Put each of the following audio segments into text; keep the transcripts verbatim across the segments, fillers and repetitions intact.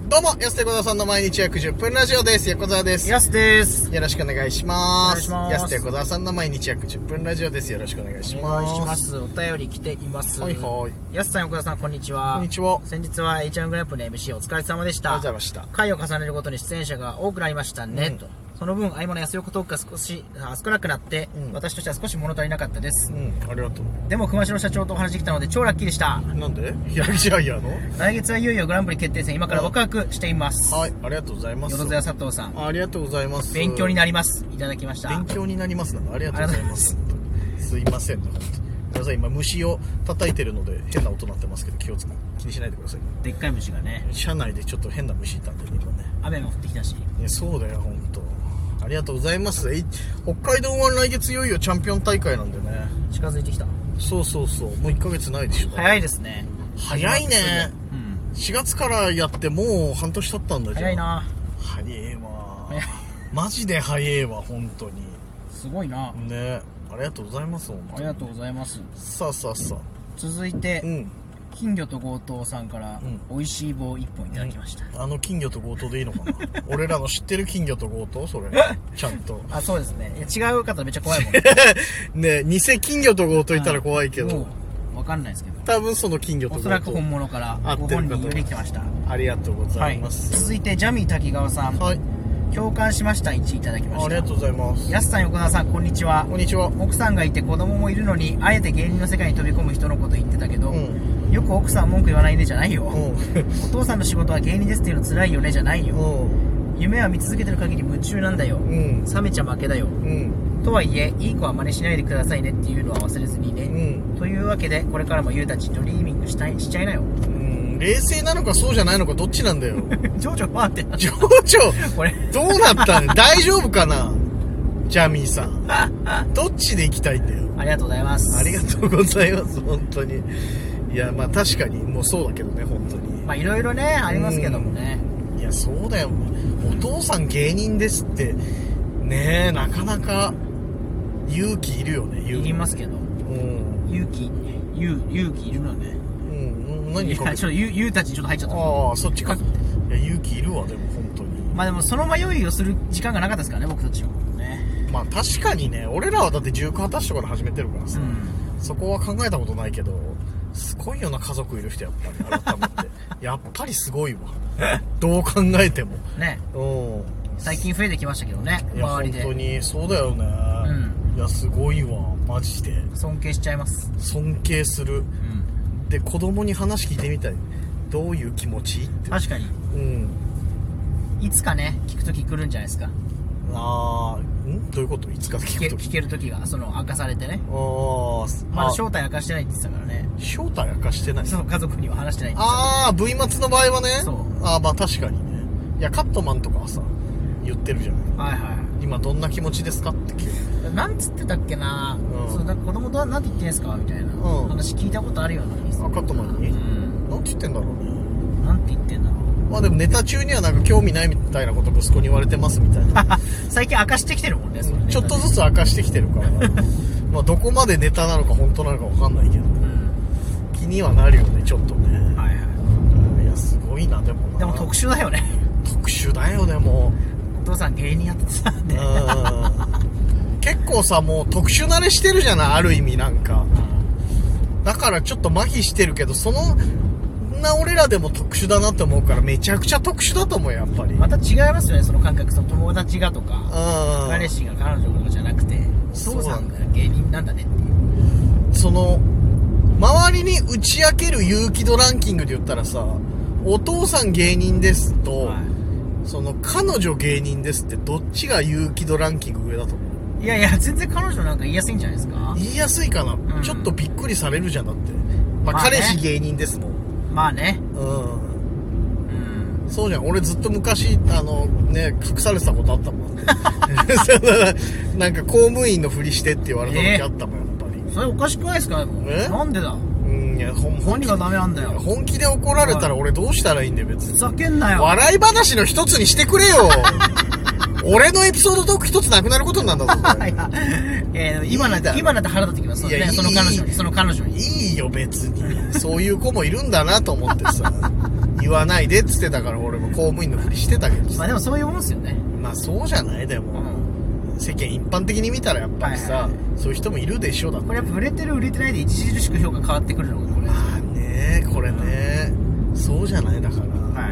どうも、安手小沢さんの毎日約じゅっぷんラジオです。横澤です。 やすです。 よろしくお願いします。 お願いします。 安手小沢さんの毎日約じゅっぷんラジオです。よろしくお願いします。 お願いします。お便り来ています。 はいはい。 やすさん、横澤さん、こんにちは。 こんにちは。 先日は エイチワン グランプリの エムシー お疲れ様でした。 ありがとうございました。 回を重ねるごとに出演者が多くなりましたね、 うん、 と。その分、合間の安横トークが少し少なくなって、うん、私としては少し物足りなかったです。 うん、ありがとう。 でも、熊代社長とお話できたので、超ラッキーでした。 なんでヤギジャイアの来月はいよいよグランプリ決定戦、今からワクワクしています。 はい、ありがとうございます。 よろずや佐藤さん。 ありがとうございます。 勉強になります。いただきました。 勉強になりますなの。ありがとうございます。すいません。本当に。皆さん今虫を叩いてるので変な音鳴ってますけど気をつけ気にしないでください。 でっかい虫がね。 車内でちょっと変な虫いたんでね今ね。 雨も降ってきたし。 いやそうだよ本当。ありがとうございます。え北海道は来月いよいよチャンピオン大会なんでね。 近づいてきた。 そうそうそう。もういっかげつないでしょ。 早いですね。 早いね。うん、しがつからやってもう半年経ったんだじゃん。 早いな。 早いわ。マジで早いわ本当に。 すごいな。 ね。ありがとうございます。 ありがとうございます。 さあさあさあ。 続いて、 うん、 金魚と強盗さんから、うん、美味しい棒いっぽんいただきました。 うん、あの金魚と強盗でいいのかな俺らの知ってる金魚と強盗それちゃんと。 あ、そうですね。違う方めっちゃ怖いもんね。 ね、偽金魚と強盗いたら怖いけど。 わかんないですけど。 多分その金魚と強盗。 おそらく本物からご本人より来てました。 ありがとうございます。 はい、続いてジャミー滝川さん。はい。共感しましたいちいただきました。 ありがとうございます。 やすさん、横田さん、こんにちは。 こんにちは。 奥さんがいて子供もいるのにあえて芸人の世界に飛び込む人のこと言ってたけど、うん、よく奥さん文句言わないねじゃないよ、うん、お父さんの仕事は芸人ですっていうの辛いよねじゃないよ、うん、夢は見続けてる限り夢中なんだよ、うん、冷めちゃ負けだよ、うん、とはいえいい子は真似しないでくださいねっていうのは忘れずにね、うん、というわけでこれからもゆうたちドリーミングしたいしちゃいなよ。 冷静なのかそうじゃないのかどっちなんだよ。 情緒回って情緒これどうなったの大丈夫かなジャミーさんどっちで行きたいんだよ。 ありがとうございます。 ありがとうございます本当に。いやまあ確かにもうそうだけどね本当に。 まあいろいろねありますけどもね。 いやそうだよお父さん芸人ですってねえなかなか勇気いるよね。 いりますけど、うん、勇気勇勇気いるのね。 何かちょっとゆゆうたちにちょっと入っちゃった。 ああそっちか。いや勇気いるわでも本当に。 まあでもその迷いをする時間がなかったですからね僕たちはね。 まあ確かにね俺らはだってじゅうく、はたちとかで始めてるからさ、うん、そこは考えたことないけどすごいよな家族いる人やっぱり改めてやっぱりすごいわどう考えてもね。 うん最近増えてきましたけどね周りで。 本当にそうだよね、うん、いやすごいわマジで尊敬しちゃいます。 尊敬する、うんで子供に話聞いてみたい。どういう気持ちって。 確かに。うん。いつかね聞く時来るんじゃないですか。 ああ、んどういうこと？いつか聞く時聞ける時がその明かされてね。ああ。まだ正体明かしてないって言ってたからね。 正体明かしてない。 その家族には話してないって言ってた。ああ、V 末の場合はね。 そう。 ああまあ確かにね。いやカットマンとかはさ言ってるじゃん。 はいはい。 今どんな気持ちですかって聞く。 なんつってたっけな、うん、そうなんか子供とは何て言ってんすかみたいな、うん、話聞いたことあるような気がする。 あカットマンに、うん、なんて言ってんだろうね。 なんて言ってんだろう。 まあでもネタ中にはなんか興味ないみたいなこと息子に言われてますみたいな最近明かしてきてるもんね。それちょっとずつ明かしてきてるからまあどこまでネタなのか本当なのか分かんないけど、うん、気にはなるよねちょっとね。はいはい。いやすごいなでもな。 でも特殊だよね特殊だよねもう。 お父さん芸人やっててさって結構さもう特殊慣れしてるじゃないある意味なんか、うん、だからちょっと麻痺してるけどそのな俺らでも特殊だなって思うからめちゃくちゃ特殊だと思うやっぱり。 また違いますよねその感覚。その友達がとか彼氏が彼女とかじゃなくてお父さんが芸人なんだねっていう。 その周りに打ち明ける勇気度ランキングで言ったらさお父さん芸人ですと、はい、その彼女芸人ですってどっちが勇気度ランキング上だと思う？ いやいや全然彼女なんか言いやすいんじゃないですか。 言いやすいかな、うん、ちょっとびっくりされるじゃんだって、まあまあね、彼氏芸人ですもん。 まあねうん、 うん、そうじゃん。俺ずっと昔あのね隠されてたことあったもんなんか公務員のふりしてって言われた時あったもん、えー、やっぱり。 それおかしくないですか。えなんでだ。 いや何がダメなんだよ。 本気で怒られたら俺どうしたらいいんだよ別に。 ふざけんなよ。 笑い話の一つにしてくれよ俺のエピソードトーク一つなくなることなんだぞいや、 えー、今なんて今なんて腹立ってきます。いや、ね、その彼女にその彼女にいいよ別にそういう子もいるんだなと思ってさ言わないでっつってたから俺も公務員のふりしてたけどさ。 まあでもそういうもんですよね。 まあそうじゃないでも、 うん、 世間一般的に見たらやっぱりさ、はいはいはい、そういう人もいるでしょ。だこれやっぱ売れてる売れてないで著しく評価変わってくるのがこれ。 まあねこれね、うん、そうじゃないだから、 はい、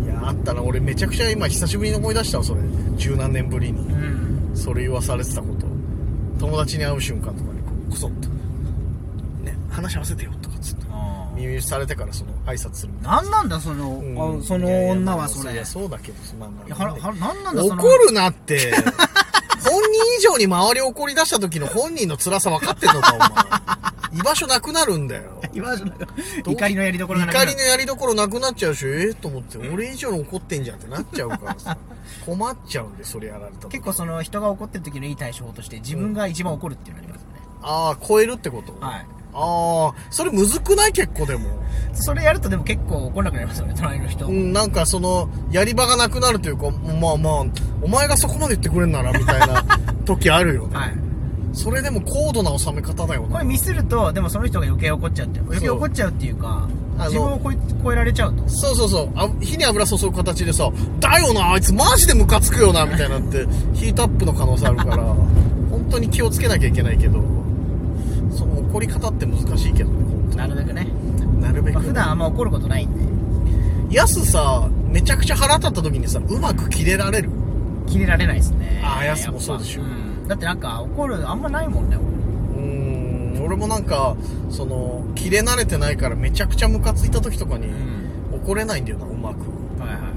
いやあったな。俺めちゃくちゃ今久しぶりに思い出したわそれ。十何年ぶりに、うん、それ言わされてたこと。友達に会う瞬間とかにこうこそっとね話し合わせてよとかつって耳打ちされてからその挨拶する。 なんなんだその、うん、その女はそれ。 いやそうだけどまあまあ、 いやははなんなんだその。 怒るなって本人以上に周り怒り出した時の本人の辛さ分かってんのかお前。居場所なくなるんだよ。 居場所なく怒りのやりどころがなくなる。 怒りのやりどころなくなっちゃうし、えー、と思って俺以上に怒ってんじゃんってなっちゃうからさ困っちゃうんでそれやられた。 結構その人が怒ってる時のいい対処法として自分が一番怒るっていうのありますね、 うん、ああ超えるってこと。 はい。 ああそれむずくない結構。でもそれやるとでも結構怒んなくなりますよね隣の人。 うんなんかそのやり場がなくなるというかまあまあお前がそこまで言ってくれんならみたいな時あるよね。はい。それでも高度な収め方だよな。 これミスるとでもその人が余計怒っちゃって余計怒っちゃうっていうか自分を超え、超えられちゃうと。 そうそうそうあ火に油注ぐ形でさだよなあいつマジでムカつくよなみたいになってヒートアップの可能性あるから本当に気をつけなきゃいけないけどその怒り方って難しいけどね本当に。 なるべくねなるべく、 まあ、普段あんま怒ることないんで。やすさめちゃくちゃ腹立った時にさうまく切れられる？ 切れられないですね。 ああやすもそうでしょ、うん、 だってなんか怒るあんまないもんね。 うーん俺もなんかその切れ慣れてないからめちゃくちゃムカついた時とかに、うん、怒れないんだよなうまく。はいはい。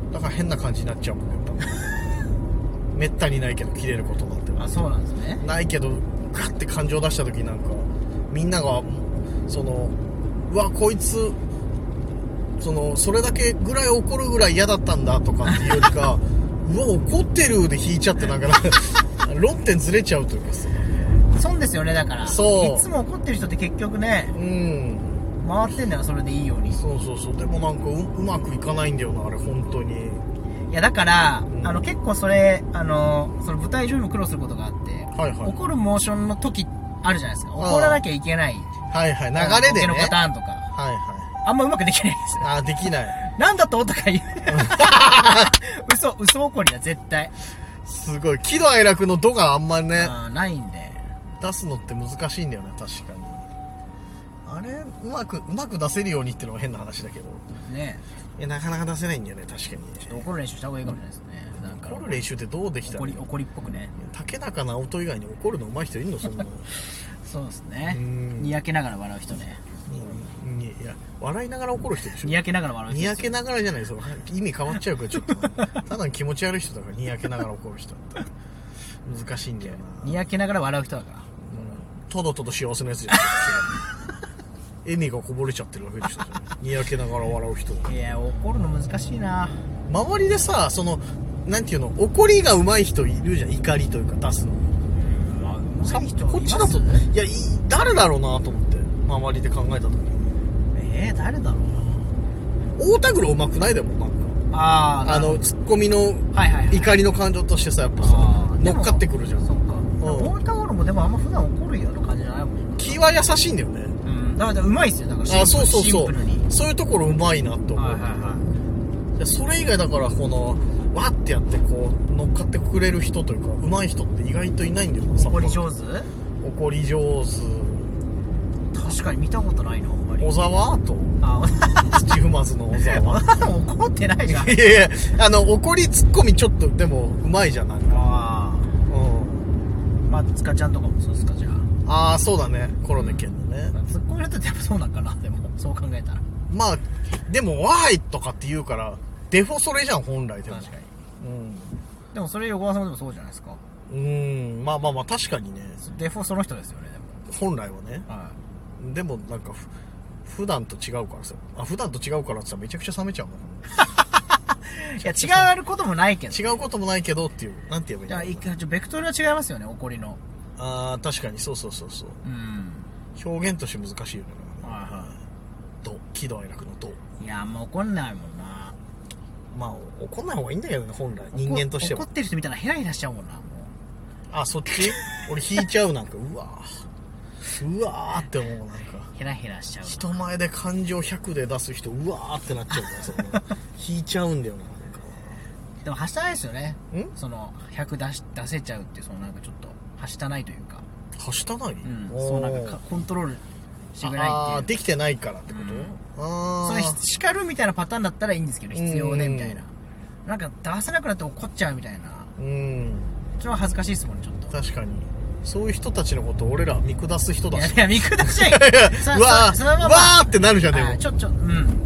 だから変な感じになっちゃうもんやっぱめったにないけど切れることなんて。 あそうなんですね。 ないけどガッて感情出した時なんかみんながそのうわこいつそのそれだけぐらい怒るぐらい嫌だったんだとかっていうよりかうわ怒ってるで引いちゃってなんか論点ずれちゃうというかさ。 そうですよね。だからそういつも怒ってる人って結局ねうん回ってんだよそれでいいように。 そうそうそう。でもなんか う, うまくいかないんだよなあれ本当に。 いやだから、うん、あの結構それあのその舞台上にも苦労することがあって、はいはい、怒るモーションの時あるじゃないですか。怒らなきゃいけないはいはい流れでねのパターンとかはいはいあんまうまくできないですよ。 あできない。 なんだととか言う嘘嘘怒りだ絶対。 すごい喜怒哀楽の度があんまりねあないんで出すのって難しいんだよね確かに。あれうまくうまく出せるようにっていうのは変な話だけどね。いやなかなか出せないんだよね確かに。 ちょっと怒る練習した方がいいかもしれないですね。なんか怒る練習ってどうできたの？ 怒り怒りっぽくね。 竹中直人以外に怒るの上手い人いるのそんなのそうですね。にやけながら笑う人ね。 いや笑いながら怒る人でしょ。 にやけながら笑う人。 にやけながらじゃないですよ。意味変わっちゃうからちょっとただの気持ち悪い人だからにやけながら怒る人って難しいんだよな。 にやけながら笑う人だから、うん、 とどとど幸せなやつじゃない笑みがこぼれちゃってるわけでしょにやけながら笑う人。 いや怒るの難しいな。 周りでさそのなんていうの怒りが上手い人いるじゃん。怒りというか出すの、うん、さこっちだといやい誰だろうなと思って周りで考えた時にえー、誰だろうな。太田黒上手くないでもなんかああのツッコミの怒りの感情としてさやっぱさ乗っかってくるじゃん。 そっか、うん、太田黒もでもあんま普段怒るような感じじゃないもん。 気は優しいんだよね。 うんだから上手いっすよ。だからシンプルあそうそうそうシンプルにそういうところ上手いなと思う、はいはいはい、それ以外だからこのわってやってこう乗っかってくれる人というか上手い人って意外といないんだよな。 怒り上手怒り上手確かに見たことないの。 小沢と土踏まずの小沢怒ってないじゃん。 いやいやあの怒りツッコミちょっとでもうまいじゃんなんか。ああうんまあ塚ちゃんとかもそうですか。じゃあああそうだねコロネ県のね、 うん、ツッコミの人ってやっぱそうなんかな。でもそう考えたらまあでもワーイとかって言うからデフォそれじゃん本来でも。確かに、 うん、でもそれ横川さんでもそうじゃないですか。 うんまあまあまあ確かにねデフォその人ですよね。 でも本来はね、はい、でもなんか普段と違うからさあ普段と違うからってさめちゃくちゃ冷めちゃうもんいや違うこともないけど違うこともないけどっていうなんて言えばいいんだろう。 いやベクトルは違いますよね怒りの。 ああ確かにそうそうそうそう、うん、表現として難しいよね。はいはいど喜怒哀楽のどいやあんま怒んないもんな。 まあ怒んない方がいいんだけどね本来人間としては。 怒ってる人見たらヘラヘラしちゃうもんなもう。 あそっち俺引いちゃうなんかうわうわーって思う。なんかヘラヘラしちゃう。 人前で感情ひゃくで出す人うわーってなっちゃうからその引いちゃうんだよな。なんかでもはしたないですよね。 んそのひゃく出し出せちゃうっていう、そのなんかちょっとはしたないというか、 はしたない、 うん、そうなんかコントロールしてくれないっていう。 あーできてないからってこと、うん、あーそれ叱るみたいなパターンだったらいいんですけど、必要でみたいな、なんか出せなくなって怒っちゃうみたいな、 うん、 それは恥ずかしいですもんね、ちょっと。 確かにそういう人たちのことを俺ら見下す人だし。 いやいや見下しちゃい。 うわー、わーってなるじゃん、でも。 ちょ、ちょ、うん。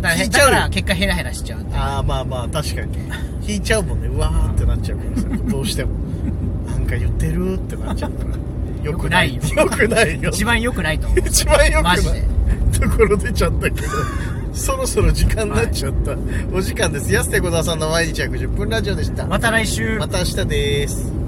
だから、だから結果ヘラヘラしちゃう。 ああ、まあまあ、確かに。引いちゃうもんね。うわーってなっちゃうからさ、どうしても。なんか言ってるってなっちゃうから。よくないよ。よくないよ。 一番良くないと思う。 一番良くない。 マジで。 ところ出ちゃったけど、そろそろ時間になっちゃった。はい、お時間です。安手小沢さんの毎日約じゅっぷんラジオでした。 また来週。 また明日です。